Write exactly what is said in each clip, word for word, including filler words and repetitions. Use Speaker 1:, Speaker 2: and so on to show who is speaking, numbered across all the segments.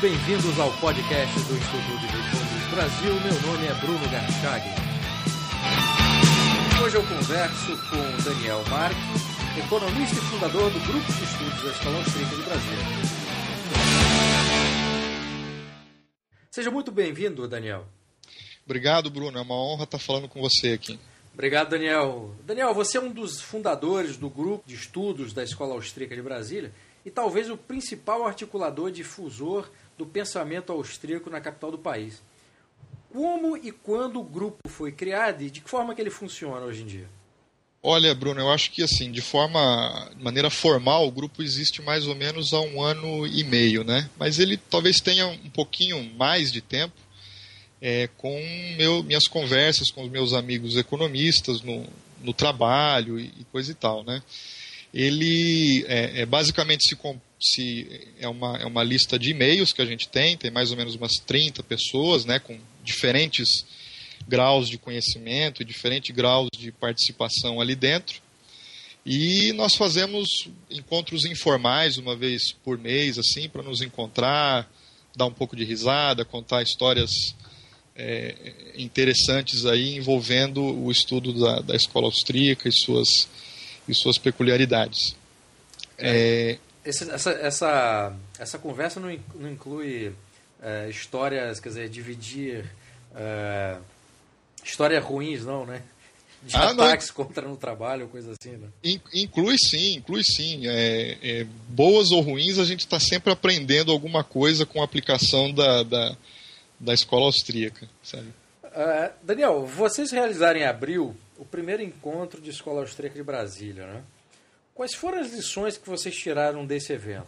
Speaker 1: bem-vindos ao podcast do Instituto de Fundos Brasil. Meu nome é Bruno Garchag. Hoje eu converso com Daniel Mark, economista e fundador do Grupo de Estudos da Escola Austríaca de Brasília. Seja muito bem-vindo, Daniel.
Speaker 2: Obrigado, Bruno. É uma honra estar falando com você aqui.
Speaker 1: Obrigado, Daniel. Daniel, você é um dos fundadores do Grupo de Estudos da Escola Austríaca de Brasília e talvez o principal articulador e difusor do pensamento austríaco na capital do país. Como e quando o grupo foi criado e de que forma que ele funciona hoje em dia?
Speaker 2: Olha, Bruno, eu acho que assim, de forma, de maneira formal, o grupo existe mais ou menos há um ano e meio, né? Mas ele talvez tenha um pouquinho mais de tempo é, com meu, minhas conversas com os meus amigos economistas no, no trabalho e, e coisa e tal, né? Ele é, é, basicamente se, se é, uma, é uma lista de e-mails que a gente tem, tem mais ou menos umas trinta pessoas, né, com diferentes graus de conhecimento e diferentes graus de participação ali dentro. E nós fazemos encontros informais uma vez por mês, assim, para nos encontrar, dar um pouco de risada, contar histórias é, interessantes aí envolvendo o estudo da, da escola austríaca e suas e suas peculiaridades.
Speaker 1: É, esse, essa, essa, essa conversa não, não inclui é, histórias, quer dizer, dividir é, histórias ruins, não, né? De ah, ataques não. contra no trabalho, coisa assim, né?
Speaker 2: Inclui sim, inclui sim. É, é, boas ou ruins, a gente está sempre aprendendo alguma coisa com a aplicação da, da, da escola austríaca, sabe?
Speaker 1: Uh, Daniel, vocês realizaram em abril o primeiro encontro de Escola Austríaca de Brasília, né? Quais foram as lições que vocês tiraram desse evento?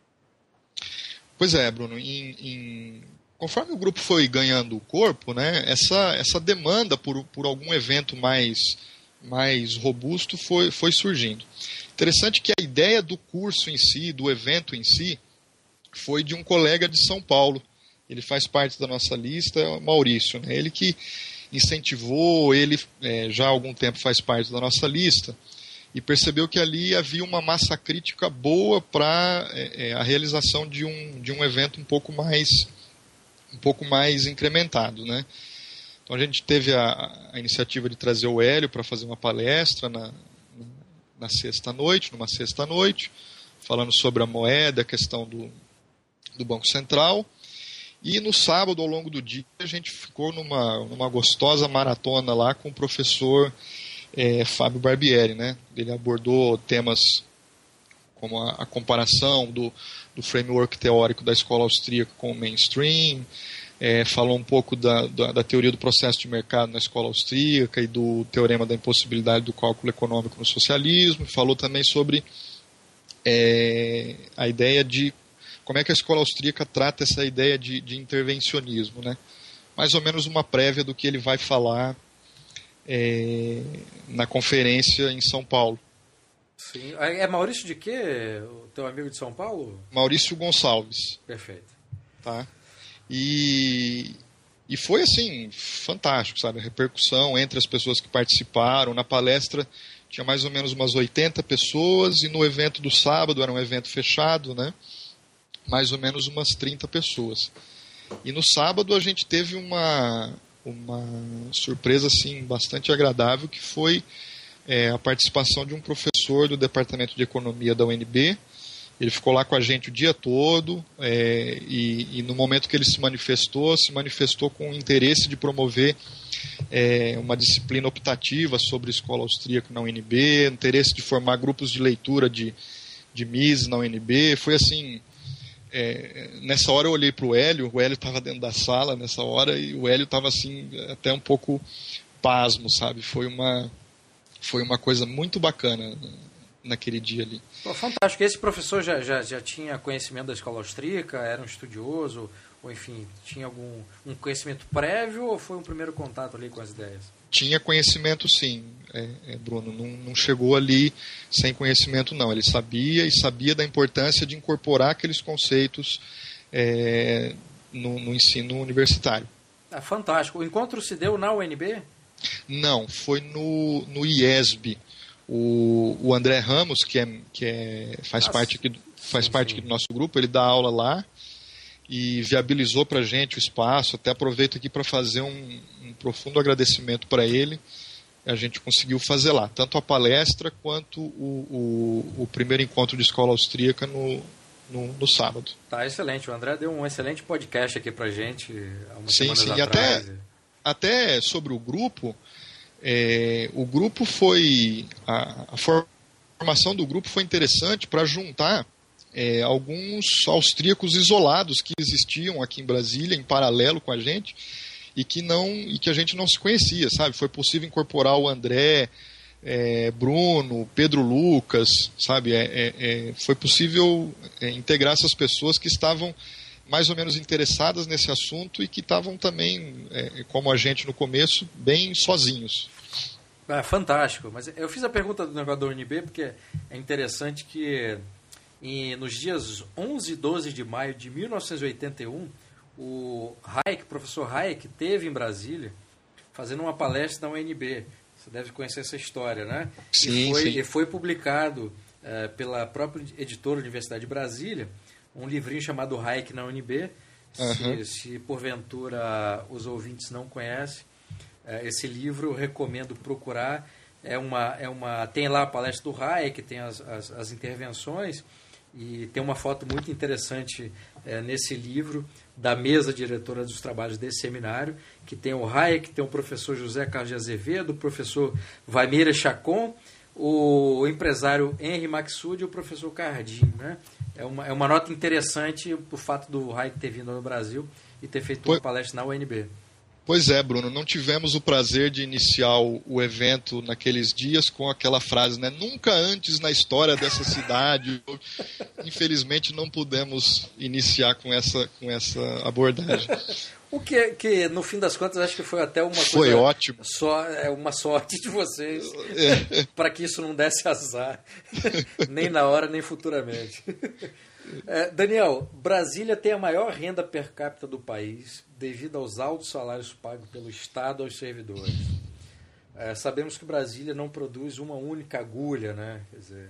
Speaker 2: Pois é, Bruno, em, em, conforme o grupo foi ganhando corpo, né, essa, essa demanda por, por algum evento mais, mais robusto foi, foi surgindo. Interessante que a ideia do curso em si, do evento em si, foi de um colega de São Paulo. Ele faz parte da nossa lista, é o Maurício, né? Ele que incentivou, ele é, já há algum tempo faz parte da nossa lista e percebeu que ali havia uma massa crítica boa para é, é, a realização de um, de um evento um pouco mais, um pouco mais incrementado, né? Então a gente teve a, a iniciativa de trazer o Hélio para fazer uma palestra na, na sexta-noite, numa sexta-noite, falando sobre a moeda, a questão do, do Banco Central. E no sábado, ao longo do dia, a gente ficou numa, numa gostosa maratona lá com o professor é, Fábio Barbieri, né? Ele abordou temas como a, a comparação do, do framework teórico da escola austríaca com o mainstream, é, falou um pouco da, da, da teoria do processo de mercado na escola austríaca e do teorema da impossibilidade do cálculo econômico no socialismo, falou também sobre é, a ideia de como é que a escola austríaca trata essa ideia de, de intervencionismo, né? Mais ou menos uma prévia do que ele vai falar é, na conferência em São Paulo.
Speaker 1: Sim. É Maurício de quê? O teu amigo de São Paulo?
Speaker 2: Maurício Gonçalves.
Speaker 1: Perfeito.
Speaker 2: Tá? E, e foi assim, fantástico, sabe? A repercussão entre as pessoas que participaram. Na palestra tinha mais ou menos umas oitenta pessoas e no evento do sábado, era um evento fechado, né? Mais ou menos umas trinta pessoas. E no sábado a gente teve uma, uma surpresa assim, bastante agradável, que foi é, a participação de um professor do Departamento de Economia da U N B. Ele ficou lá com a gente o dia todo é, e, e no momento que ele se manifestou, se manifestou com o interesse de promover é, uma disciplina optativa sobre escola austríaca na U N B, interesse de formar grupos de leitura de, de M I S na U N B. Foi assim... É, nessa hora eu olhei para o Hélio, o Hélio estava dentro da sala nessa hora e o Hélio estava assim, até um pouco pasmo, sabe? Foi uma, foi uma coisa muito bacana naquele dia ali.
Speaker 1: Pô, fantástico. Esse professor já, já, já tinha conhecimento da escola austríaca, era um estudioso, ou enfim, tinha algum um conhecimento prévio ou foi um primeiro contato ali com as ideias?
Speaker 2: Tinha conhecimento sim, é, é, Bruno, não, não chegou ali sem conhecimento não, ele sabia e sabia da importância de incorporar aqueles conceitos é, no, no ensino universitário.
Speaker 1: Ah, fantástico. O encontro se deu na U N B?
Speaker 2: Não, foi no, no I E S B. O, o André Ramos, que, é, que é, faz,
Speaker 1: Nossa.
Speaker 2: parte, aqui do, faz
Speaker 1: sim,
Speaker 2: parte
Speaker 1: sim.
Speaker 2: aqui do nosso grupo, ele dá aula lá. e viabilizou para a gente o espaço. Até aproveito aqui para fazer um, um profundo agradecimento para ele. A gente conseguiu fazer lá, tanto a palestra quanto o, o, o primeiro encontro de escola austríaca no, no, no sábado.
Speaker 1: Tá, excelente. O André deu um excelente podcast aqui pra gente há umas
Speaker 2: sim,
Speaker 1: semanas
Speaker 2: sim.
Speaker 1: atrás.
Speaker 2: Até, até sobre o grupo, é, o grupo foi... A, a formação do grupo foi interessante para juntar é, alguns austríacos isolados que existiam aqui em Brasília, em paralelo com a gente, e que, não, e que a gente não se conhecia, sabe? Foi possível incorporar o André, é, Bruno, Pedro Lucas, sabe? É, é, é, foi possível é, integrar essas pessoas que estavam mais ou menos interessadas nesse assunto e que estavam também, é, como a gente no começo, bem sozinhos.
Speaker 1: É, fantástico. Mas eu fiz a pergunta do negócio da U N B porque é interessante que em, nos dias onze e doze de maio de mil novecentos e oitenta e um, o Hayek, o professor Hayek, esteve em Brasília fazendo uma palestra na U N B. Você deve conhecer essa história, né?
Speaker 2: Sim,
Speaker 1: e, foi,
Speaker 2: sim.
Speaker 1: e foi publicado é, pela própria editora da Universidade de Brasília um livrinho chamado Hayek na U N B.
Speaker 2: Uhum.
Speaker 1: Se, se porventura os ouvintes não conhecem, é, esse livro eu recomendo procurar. É uma, é uma, tem lá a palestra do Hayek, tem as, as, as intervenções, e tem uma foto muito interessante é, nesse livro da mesa diretora dos trabalhos desse seminário, que tem o Hayek, tem o professor José Carlos de Azevedo, o professor Vaimira Chacon, o empresário Henry Maxud e o professor Cardim, né? É uma, é uma nota interessante o fato do Hayek ter vindo ao Brasil e ter feito uma palestra na U N B.
Speaker 2: Pois é, Bruno, não tivemos o prazer de iniciar o, o evento naqueles dias com aquela frase, né? Nunca antes na história dessa cidade. Infelizmente não pudemos iniciar com essa, com essa abordagem.
Speaker 1: O que, que, no fim das contas, acho que foi até uma
Speaker 2: foi
Speaker 1: coisa...
Speaker 2: ótimo.
Speaker 1: Só, é uma sorte de vocês
Speaker 2: é.
Speaker 1: para que isso não desse azar. Nem na hora, nem futuramente. É, Daniel, Brasília tem a maior renda per capita do país devido aos altos salários pagos pelo Estado aos servidores. É, sabemos que Brasília não produz uma única agulha, né? Quer dizer,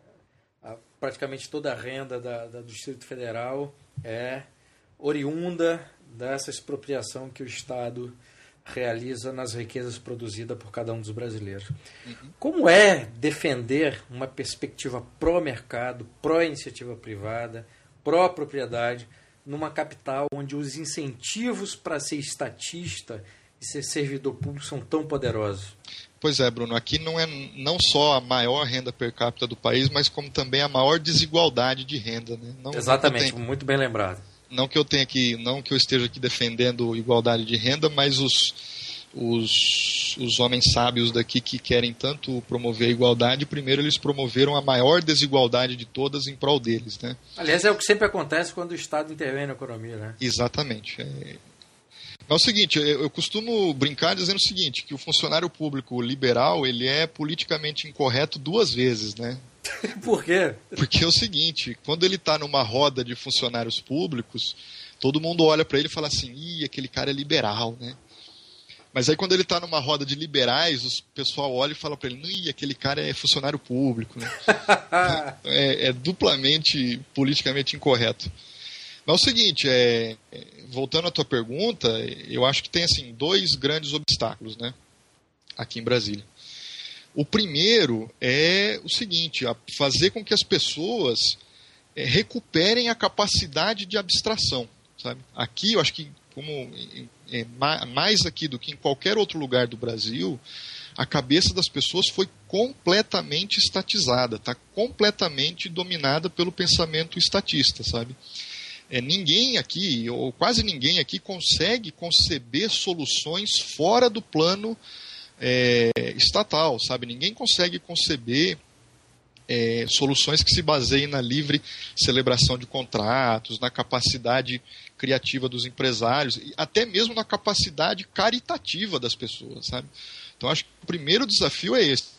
Speaker 1: a, praticamente toda a renda da, da, do Distrito Federal é oriunda dessa expropriação que o Estado realiza nas riquezas produzidas por cada um dos brasileiros. Uhum. Como é defender uma perspectiva pró-mercado, pró-iniciativa privada, pró-propriedade, numa capital onde os incentivos para ser estatista e ser servidor público são tão poderosos?
Speaker 2: Pois é, Bruno, aqui não é não só a maior renda per capita do país, mas como também a maior desigualdade de renda, né? Não,
Speaker 1: Exatamente,
Speaker 2: não tenho...
Speaker 1: muito bem lembrado.
Speaker 2: Não que eu tenha aqui, não que eu esteja aqui defendendo igualdade de renda, mas os, os, os homens sábios daqui que querem tanto promover a igualdade, primeiro eles promoveram a maior desigualdade de todas em prol deles, né?
Speaker 1: Aliás, é o que sempre acontece quando o Estado intervém na economia, né?
Speaker 2: Exatamente. É, é o seguinte, eu, eu costumo brincar dizendo o seguinte, que o funcionário público liberal, ele é politicamente incorreto duas vezes, né?
Speaker 1: Por quê?
Speaker 2: Porque é o seguinte, quando ele está numa roda de funcionários públicos, todo mundo olha para ele e fala assim, ih, aquele cara é liberal, né? Mas aí quando ele está numa roda de liberais, o pessoal olha e fala para ele, ih, aquele cara é funcionário público, né? é, é duplamente politicamente incorreto. Mas é o seguinte, é, voltando à tua pergunta, eu acho que tem assim, dois grandes obstáculos, né, aqui em Brasília. O primeiro é o seguinte, fazer com que as pessoas é, recuperem a capacidade de abstração, sabe? Aqui, eu acho que como é, mais aqui do que em qualquer outro lugar do Brasil, a cabeça das pessoas foi completamente estatizada, está completamente dominada pelo pensamento estatista, sabe? É, ninguém aqui, ou quase ninguém aqui, consegue conceber soluções fora do plano É, estatal, sabe? Ninguém consegue conceber é, soluções que se baseiem na livre celebração de contratos, na capacidade criativa dos empresários, e até mesmo na capacidade caritativa das pessoas, sabe? Então, acho que o primeiro desafio é esse,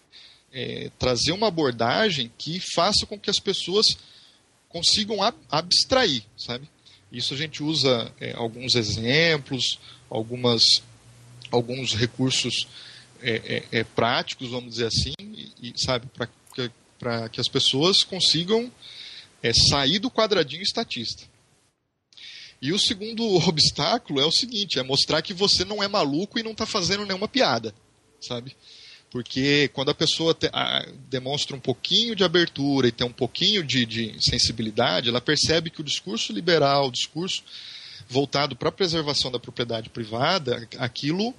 Speaker 2: é trazer uma abordagem que faça com que as pessoas consigam ab- abstrair, sabe? Isso a gente usa é, alguns exemplos, algumas alguns recursos é, é, é, práticos, vamos dizer assim, e, e, sabe, para que, para que as pessoas consigam é, sair do quadradinho estatista. E o segundo obstáculo é o seguinte, é mostrar que você não é maluco e não está fazendo nenhuma piada, sabe? Porque quando a pessoa te, a, demonstra um pouquinho de abertura e tem um pouquinho de, de sensibilidade, ela percebe que o discurso liberal, o discurso voltado para a preservação da propriedade privada, aquilo,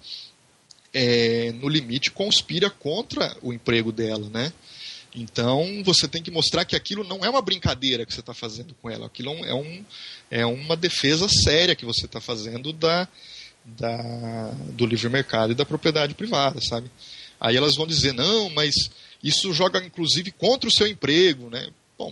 Speaker 2: é, no limite, conspira contra o emprego dela, né? Então, você tem que mostrar que aquilo não é uma brincadeira que você está fazendo com ela. Aquilo é, um, é uma defesa séria que você está fazendo da, da, do livre mercado e da propriedade privada, sabe? Aí elas vão dizer, não, mas isso joga, inclusive, contra o seu emprego, né? Bom,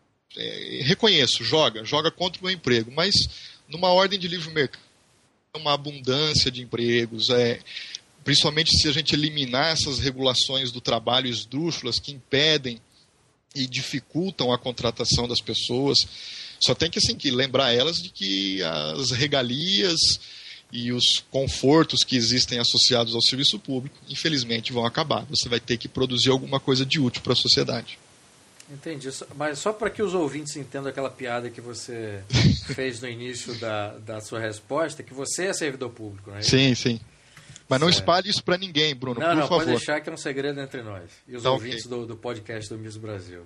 Speaker 2: é, reconheço, joga, joga contra o meu emprego, mas numa ordem de livre mercado, uma abundância de empregos, é... principalmente se a gente eliminar essas regulações do trabalho esdrúxulas que impedem e dificultam a contratação das pessoas. Só tem que, assim, que lembrar elas de que as regalias e os confortos que existem associados ao serviço público, infelizmente, vão acabar. Você vai ter que produzir alguma coisa de útil para a sociedade.
Speaker 1: Entendi. Mas só para que os ouvintes entendam aquela piada que você fez no início da, da sua resposta, que você é servidor público, não é isso?
Speaker 2: Sim, sim. Mas não espalhe isso para ninguém, Bruno,
Speaker 1: não,
Speaker 2: por
Speaker 1: não,
Speaker 2: favor.
Speaker 1: Pode deixar que é um segredo entre nós e os
Speaker 2: tá,
Speaker 1: ouvintes
Speaker 2: okay.
Speaker 1: do, do podcast do Miss Brasil.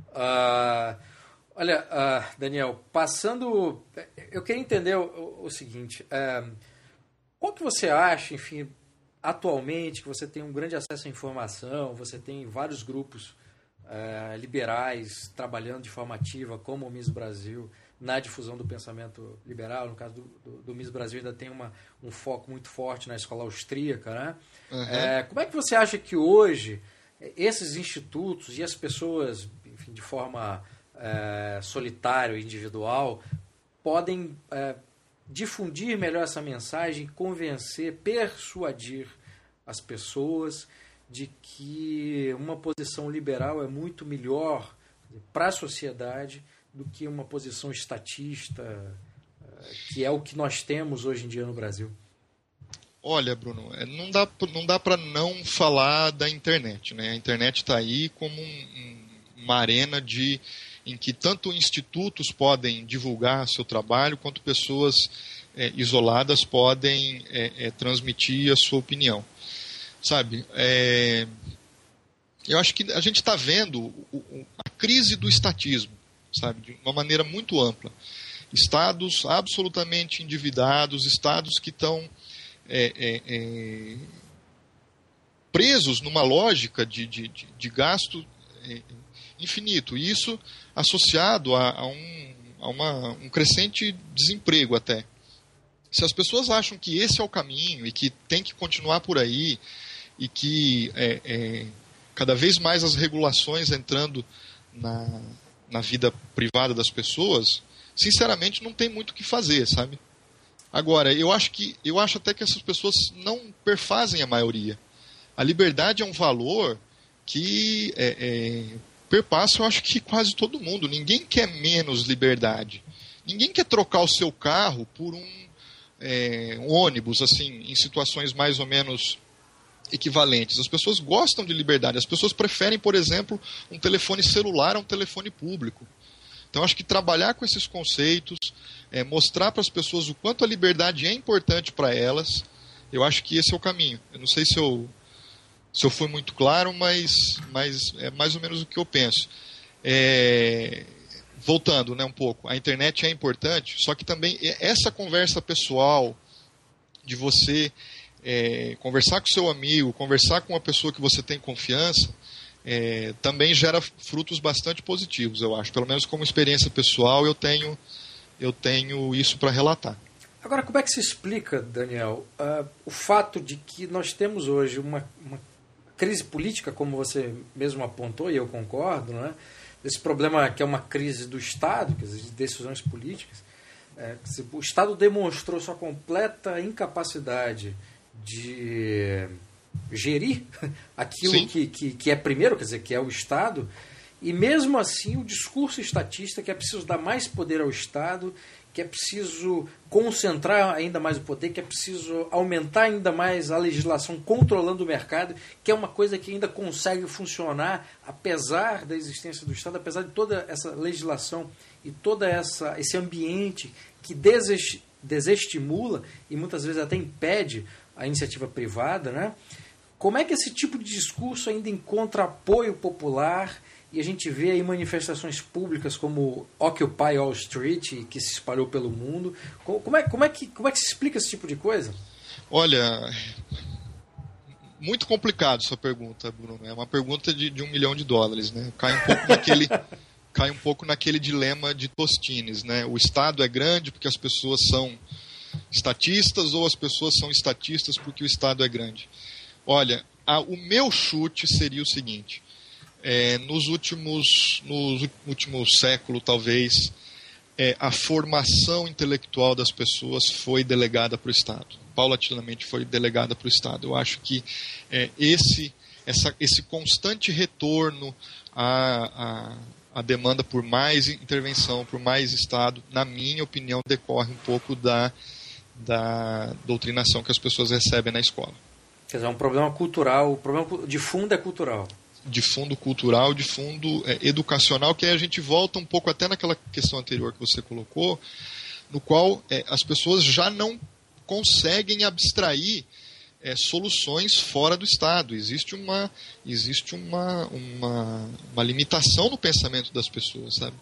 Speaker 1: Uh, olha, uh, Daniel, passando... Eu queria entender o, o seguinte. Uh, qual que você acha, enfim, atualmente, que você tem um grande acesso à informação, você tem vários grupos uh, liberais trabalhando de forma ativa, como o Miss Brasil, na difusão do pensamento liberal. No caso do, do, do Miss Brasil ainda tem uma, um foco muito forte na escola austríaca, né? Uhum. É, como é que você acha que hoje esses institutos e as pessoas, enfim, de forma é, solitária, individual, podem é, difundir melhor essa mensagem, convencer, persuadir as pessoas de que uma posição liberal é muito melhor para a sociedade do que uma posição estatista, que é o que nós temos hoje em dia no Brasil?
Speaker 2: Olha, Bruno, não dá, não dá para não falar da internet, né? A internet está aí como um, uma arena de, em que tanto institutos podem divulgar seu trabalho, quanto pessoas é, isoladas podem é, é, transmitir a sua opinião. Sabe, é, eu acho que a gente está vendo o, o, a crise do estatismo, sabe, de uma maneira muito ampla. Estados absolutamente endividados, estados que estão é, é, é, presos numa lógica de, de, de, de gasto é, infinito. E isso associado a, a, um, a uma, um crescente desemprego até. Se as pessoas acham que esse é o caminho e que tem que continuar por aí e que é, é, cada vez mais as regulações entrando na, na vida privada das pessoas, sinceramente não tem muito o que fazer, sabe? Agora, eu acho, que, eu acho até que essas pessoas não perfazem a maioria. A liberdade é um valor que é, é, perpassa, eu acho que quase todo mundo. Ninguém quer menos liberdade. Ninguém quer trocar o seu carro por um, é, um ônibus, assim, em situações mais ou menos equivalentes. As pessoas gostam de liberdade. As pessoas preferem, por exemplo, um telefone celular a um telefone público. Então, acho que trabalhar com esses conceitos, é, mostrar para as pessoas o quanto a liberdade é importante para elas, eu acho que esse é o caminho. Eu não sei se eu, se eu fui muito claro, mas, mas é mais ou menos o que eu penso. É, voltando, né, um pouco, a internet é importante, só que também essa conversa pessoal de você é, conversar com seu amigo, conversar com uma pessoa que você tem confiança, é, também gera frutos bastante positivos, eu acho. Pelo menos como experiência pessoal, eu tenho, eu tenho isso para relatar.
Speaker 1: Agora, como é que se explica, Daniel, uh, o fato de que nós temos hoje uma, uma crise política, como você mesmo apontou, e eu concordo, não é? Esse problema que é uma crise do Estado, quer dizer, de decisões políticas. É, o Estado demonstrou sua completa incapacidade de gerir aquilo que, que, que é primeiro, quer dizer, que é o Estado, e mesmo assim o discurso estatista que é preciso dar mais poder ao Estado, que é preciso concentrar ainda mais o poder, que é preciso aumentar ainda mais a legislação controlando o mercado, que é uma coisa que ainda consegue funcionar apesar da existência do Estado, apesar de toda essa legislação e todo essa, esse ambiente que deses, desestimula e muitas vezes até impede a iniciativa privada, né? Como é que esse tipo de discurso ainda encontra apoio popular e a gente vê aí manifestações públicas como Occupy Wall Street, que se espalhou pelo mundo? Como é, como é, que, como é que se explica esse tipo de coisa?
Speaker 2: Olha, muito complicado sua pergunta, Bruno. É uma pergunta de, de um milhão de dólares, né? Cai um pouco naquele, cai um pouco naquele dilema de Tostines, né? O Estado é grande porque as pessoas são estatistas ou as pessoas são estatistas porque o Estado é grande? Olha, a, o meu chute seria o seguinte: é, nos últimos, no último século, talvez, é, a formação intelectual das pessoas foi delegada para o Estado. Paulatinamente foi delegada para o Estado. Eu acho que é, esse, essa, esse constante retorno à, à, à demanda por mais intervenção, por mais Estado, na minha opinião, decorre um pouco da, da doutrinação que as pessoas recebem na escola.
Speaker 1: Quer dizer, é um problema cultural, o problema de fundo é cultural.
Speaker 2: De fundo cultural, de fundo é, educacional, que aí a gente volta um pouco até naquela questão anterior que você colocou, no qual é, as pessoas já não conseguem abstrair é, soluções fora do Estado. Existe uma, existe uma, uma, uma limitação no pensamento das pessoas, sabe?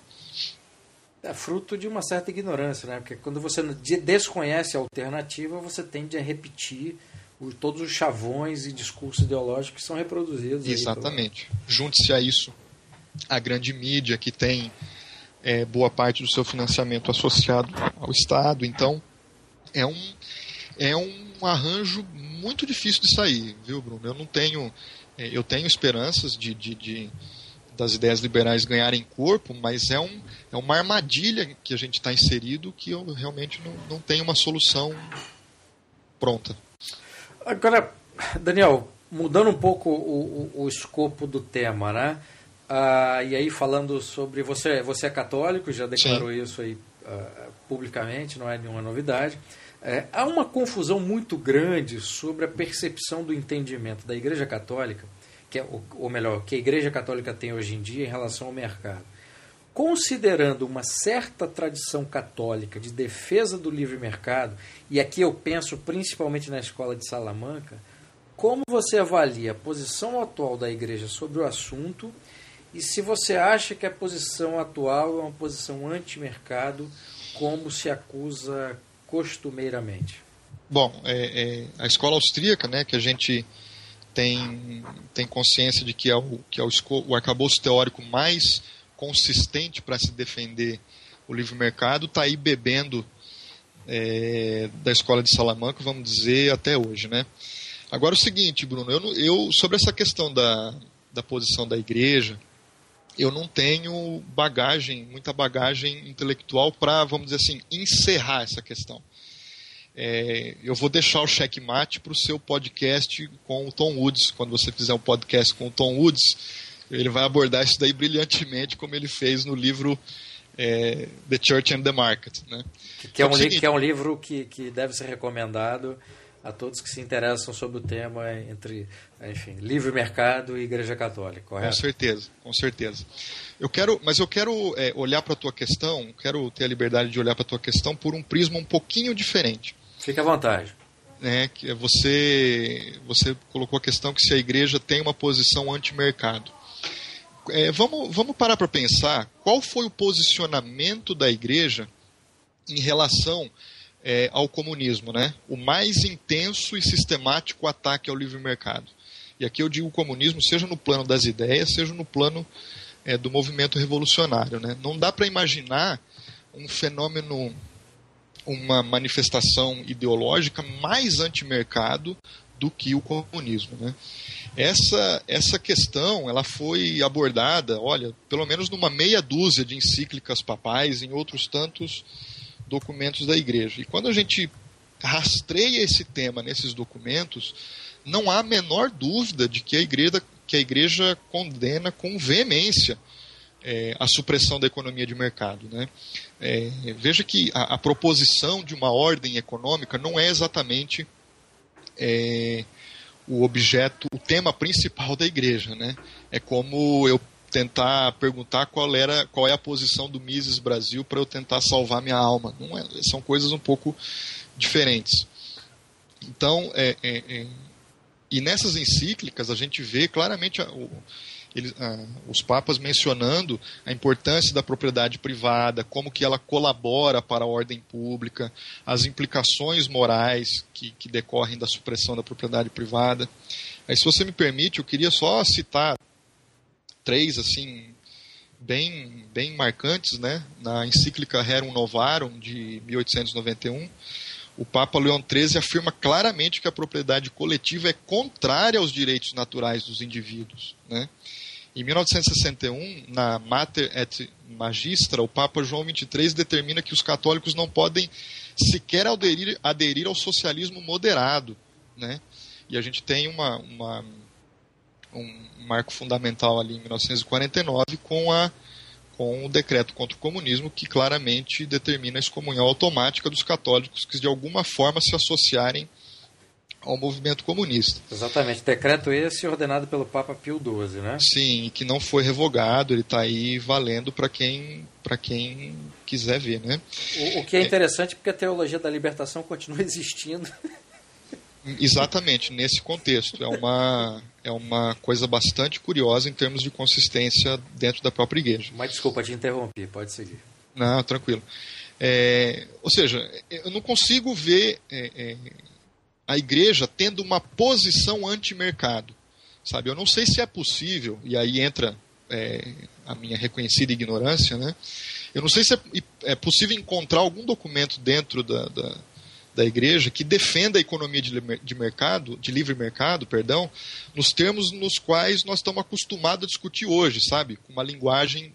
Speaker 1: É fruto de uma certa ignorância, né? Porque quando você desconhece a alternativa, você tende a repetir o, todos os chavões e discursos ideológicos que são reproduzidos.
Speaker 2: Exatamente. Pelo... Junte-se a isso a grande mídia, que tem é, boa parte do seu financiamento associado ao Estado. Então, é um, é um arranjo muito difícil de sair, viu, Bruno? Eu não tenho, eu tenho esperanças de, de, de, das ideias liberais ganharem corpo, mas é, um, é uma armadilha que a gente está inserido que eu realmente não, não tenho uma solução pronta.
Speaker 1: Agora, Daniel, mudando um pouco o, o, o escopo do tema, né? Ah, e aí falando sobre... Você, você é católico, já declarou Sim. isso aí uh, publicamente, não é nenhuma novidade. É, há uma confusão muito grande sobre a percepção do entendimento da Igreja Católica, que é, ou melhor, que a Igreja Católica tem hoje em dia em relação ao mercado. Considerando uma certa tradição católica de defesa do livre mercado, e aqui eu penso principalmente na escola de Salamanca, como você avalia a posição atual da Igreja sobre o assunto e se você acha que a posição atual é uma posição anti-mercado, como se acusa costumeiramente?
Speaker 2: Bom, é, é, a escola austríaca, né, que a gente tem, tem consciência de que é o, que é o, o arcabouço teórico mais consistente para se defender o livre mercado, está aí bebendo é, da escola de Salamanca, vamos dizer, até hoje, né? Agora o seguinte, Bruno, eu, eu sobre essa questão da, da posição da igreja, eu não tenho bagagem, muita bagagem intelectual para, vamos dizer assim, encerrar essa questão. É, eu vou deixar o checkmate para o seu podcast com o Tom Woods. Quando você fizer um podcast com o Tom Woods, ele vai abordar isso daí brilhantemente, como ele fez no livro é, The Church and the Market. Né?
Speaker 1: Que, é um li- que é um livro que, que deve ser recomendado a todos que se interessam sobre o tema entre, enfim, livre mercado e Igreja Católica, correto?
Speaker 2: Com certeza, com certeza. Eu quero, mas eu quero é, olhar para a tua questão, quero ter a liberdade de olhar para a tua questão por um prisma um pouquinho diferente.
Speaker 1: Fique à vontade.
Speaker 2: É, que você, você colocou a questão que se a igreja tem uma posição anti-mercado. É, vamos, vamos parar para pensar qual foi o posicionamento da igreja em relação é, ao comunismo, né? O mais intenso e sistemático ataque ao livre mercado. E aqui eu digo o comunismo seja no plano das ideias, seja no plano é, do movimento revolucionário, né? Não dá para imaginar um fenômeno, uma manifestação ideológica mais anti-mercado do que o comunismo, né? Essa, essa questão ela foi abordada, olha, pelo menos numa meia dúzia de encíclicas papais, em outros tantos documentos da igreja. E quando a gente rastreia esse tema nesses documentos, não há a menor dúvida de que a igreja, que a igreja condena com veemência é, a supressão da economia de mercado, né? É, veja que a, a proposição de uma ordem econômica não é exatamente é, o objeto, o tema principal da igreja, né? É como eu tentar perguntar qual, era, qual é a posição do Mises Brasil para eu tentar salvar minha alma. Não é, são coisas um pouco diferentes. Então, é, é, é, e nessas encíclicas a gente vê claramente a, o, ele, a, os papas mencionando a importância da propriedade privada, como que ela colabora para a ordem pública, as implicações morais que, que decorrem da supressão da propriedade privada. Aí, se você me permite, eu queria só citar três, assim, bem, bem marcantes, né? Na encíclica Rerum Novarum, de mil oitocentos e noventa e um, o Papa Leão treze afirma claramente que a propriedade coletiva é contrária aos direitos naturais dos indivíduos, né? Em mil novecentos e sessenta e um, na Mater et Magistra, o Papa João vinte e três determina que os católicos não podem sequer aderir, aderir ao socialismo moderado, né? E a gente tem uma... uma um marco fundamental ali em mil novecentos e quarenta e nove com, a, com o decreto contra o comunismo, que claramente determina a excomunhão automática dos católicos que de alguma forma se associarem ao movimento comunista.
Speaker 1: Exatamente, decreto esse ordenado pelo Papa Pio doze, né?
Speaker 2: Sim, e que não foi revogado, ele está aí valendo para quem, para quem quiser ver, né?
Speaker 1: O, o que é interessante é porque a teologia da libertação continua existindo.
Speaker 2: Exatamente, nesse contexto. É uma, é uma coisa bastante curiosa em termos de consistência dentro da própria igreja.
Speaker 1: Mas desculpa, te interrompi, pode seguir.
Speaker 2: Não, tranquilo. É, ou seja, eu não consigo ver é, é, a igreja tendo uma posição anti-mercado. Sabe? Eu não sei se é possível, e aí entra é, a minha reconhecida ignorância, né? Eu não sei se é, é possível encontrar algum documento dentro da... da da igreja que defenda a economia de, de mercado, de livre mercado, perdão, nos termos nos quais nós estamos acostumados a discutir hoje, sabe? Com uma linguagem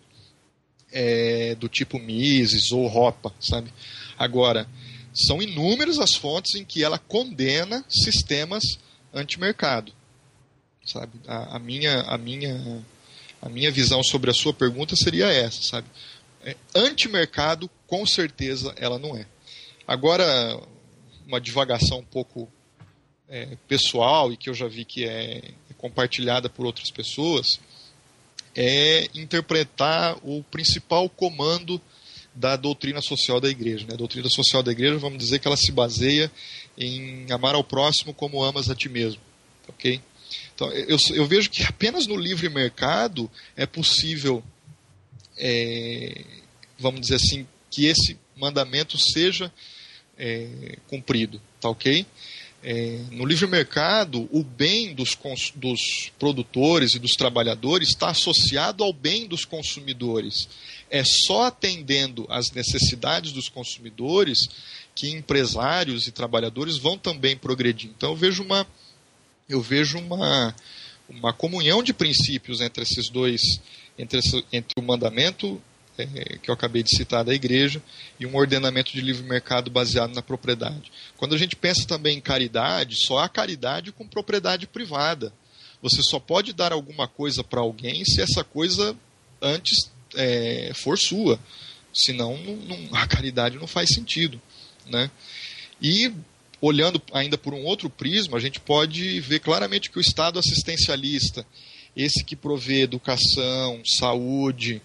Speaker 2: é, do tipo Mises ou Ropa, sabe? Agora, são inúmeras as fontes em que ela condena sistemas anti-mercado, sabe? A, a, minha, a, minha, a minha visão sobre a sua pergunta seria essa, sabe? É, anti-mercado, com certeza, ela não é. Agora, uma divagação um pouco é, pessoal e que eu já vi que é, é compartilhada por outras pessoas, é interpretar o principal comando da doutrina social da igreja, né? A doutrina social da igreja, vamos dizer que ela se baseia em amar ao próximo como amas a ti mesmo, ok? Então, eu, eu vejo que apenas no livre mercado é possível, é, vamos dizer assim, que esse mandamento seja É, cumprido, tá ok? É, no livre mercado, o bem dos, dos produtores e dos trabalhadores está associado ao bem dos consumidores. É só atendendo às necessidades dos consumidores que empresários e trabalhadores vão também progredir. Então eu vejo uma, eu vejo uma, uma comunhão de princípios entre esses dois, entre, esse, entre o mandamento É, que eu acabei de citar da igreja, e um ordenamento de livre mercado baseado na propriedade. Quando a gente pensa também em caridade, só há caridade com propriedade privada. Você só pode dar alguma coisa para alguém se essa coisa antes é, for sua. Senão não, não, a caridade não faz sentido, né? E olhando ainda por um outro prisma, a gente pode ver claramente que o Estado assistencialista, esse que provê educação, saúde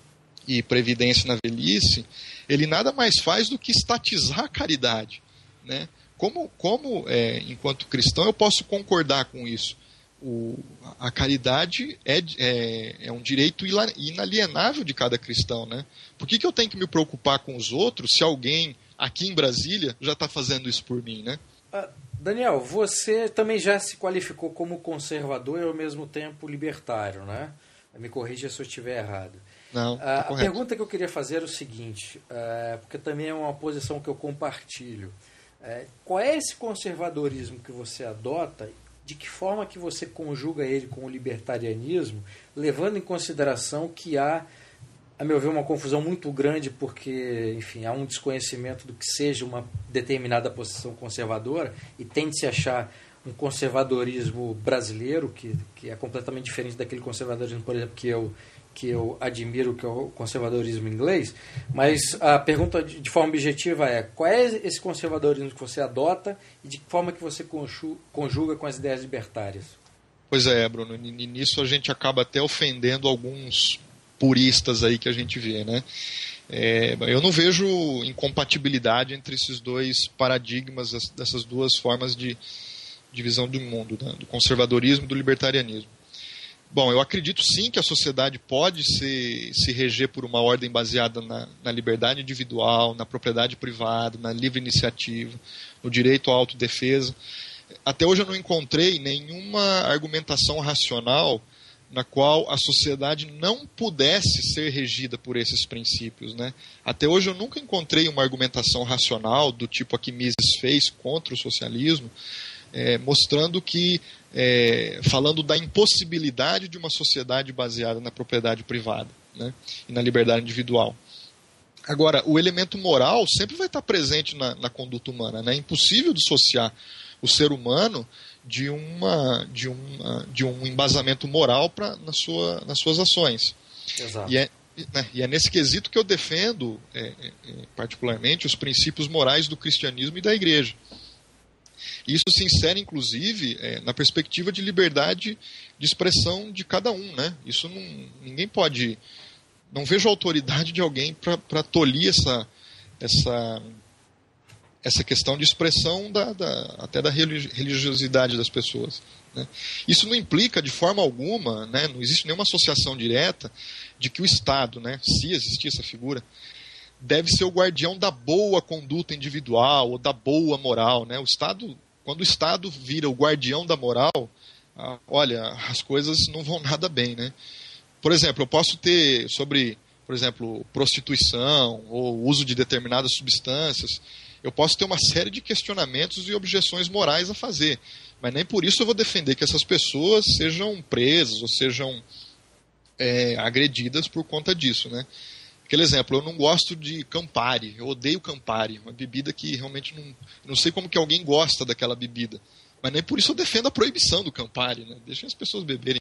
Speaker 2: e previdência na velhice, ele nada mais faz do que estatizar a caridade, né? Como, como é, enquanto cristão, eu posso concordar com isso. O, a caridade é, é, é um direito inalienável de cada cristão, né? Por que, que eu tenho que me preocupar com os outros se alguém aqui em Brasília já está fazendo isso por mim, né?
Speaker 1: Ah, Daniel, você também já se qualificou como conservador e ao mesmo tempo libertário, né? Me corrija se eu estiver errado.
Speaker 2: Não, tá
Speaker 1: a pergunta que eu queria fazer é o seguinte, é, porque também é uma posição que eu compartilho. É, qual é esse conservadorismo que você adota? De que forma que você conjuga ele com o libertarianismo, levando em consideração que há, a meu ver, uma confusão muito grande, porque, enfim, há um desconhecimento do que seja uma determinada posição conservadora e tende-se a achar um conservadorismo brasileiro que, que é completamente diferente daquele conservadorismo, por exemplo, que eu que eu admiro, que é o conservadorismo inglês, mas a pergunta de, de forma objetiva é: qual é esse conservadorismo que você adota e de que forma que você conjuga com as ideias libertárias?
Speaker 2: Pois é, Bruno, nisso a gente acaba até ofendendo alguns puristas aí que a gente vê, né? É, eu não vejo incompatibilidade entre esses dois paradigmas, dessas duas formas de, de visão do mundo, né? Do conservadorismo e do libertarianismo. Bom, eu acredito sim que a sociedade pode se, se reger por uma ordem baseada na, na liberdade individual, na propriedade privada, na livre iniciativa, no direito à autodefesa. Até hoje eu não encontrei nenhuma argumentação racional na qual a sociedade não pudesse ser regida por esses princípios, né? Até hoje eu nunca encontrei uma argumentação racional do tipo a que Mises fez contra o socialismo, é, mostrando que, é, falando da impossibilidade de uma sociedade baseada na propriedade privada, né, e na liberdade individual. Agora, o elemento moral sempre vai estar presente na, na conduta humana, né? É impossível dissociar o ser humano de, uma, de, uma, de um embasamento moral pra, na sua, nas suas ações.
Speaker 1: Exato.
Speaker 2: E é, né, e é nesse quesito que eu defendo, é, é, particularmente, os princípios morais do cristianismo e da igreja. Isso se insere, inclusive, é, na perspectiva de liberdade de expressão de cada um, né? Isso não, ninguém pode... Não vejo autoridade de alguém para tolir essa, essa, essa questão de expressão da, da, até da religiosidade das pessoas, né? Isso não implica de forma alguma, né, não existe nenhuma associação direta de que o Estado, né, se existir essa figura, deve ser o guardião da boa conduta individual ou da boa moral, né? O Estado, quando o Estado vira o guardião da moral, ah, olha, as coisas não vão nada bem, né? Por exemplo, eu posso ter sobre, por exemplo, prostituição ou uso de determinadas substâncias, eu posso ter uma série de questionamentos e objeções morais a fazer, mas nem por isso eu vou defender que essas pessoas sejam presas ou sejam é, agredidas por conta disso, né? Aquele exemplo, eu não gosto de Campari, eu odeio Campari, uma bebida que realmente não, não sei como que alguém gosta daquela bebida, mas nem por isso eu defendo a proibição do Campari, né? Deixem as pessoas beberem.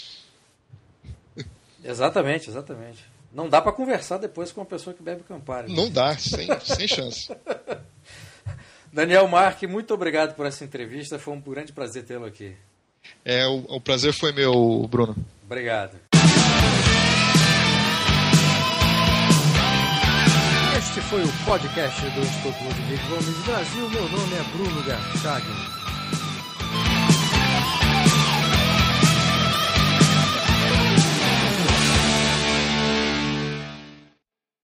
Speaker 1: Exatamente, exatamente. Não dá para conversar depois com uma pessoa que bebe Campari.
Speaker 2: Não dá, sem, sem chance.
Speaker 1: Daniel Marque, muito obrigado por essa entrevista, foi um grande prazer tê-lo aqui.
Speaker 2: É, o, o prazer foi meu, Bruno.
Speaker 1: Obrigado. Este foi o podcast do Instituto Ludwig Gomes Brasil. Meu nome é Bruno Garchagin.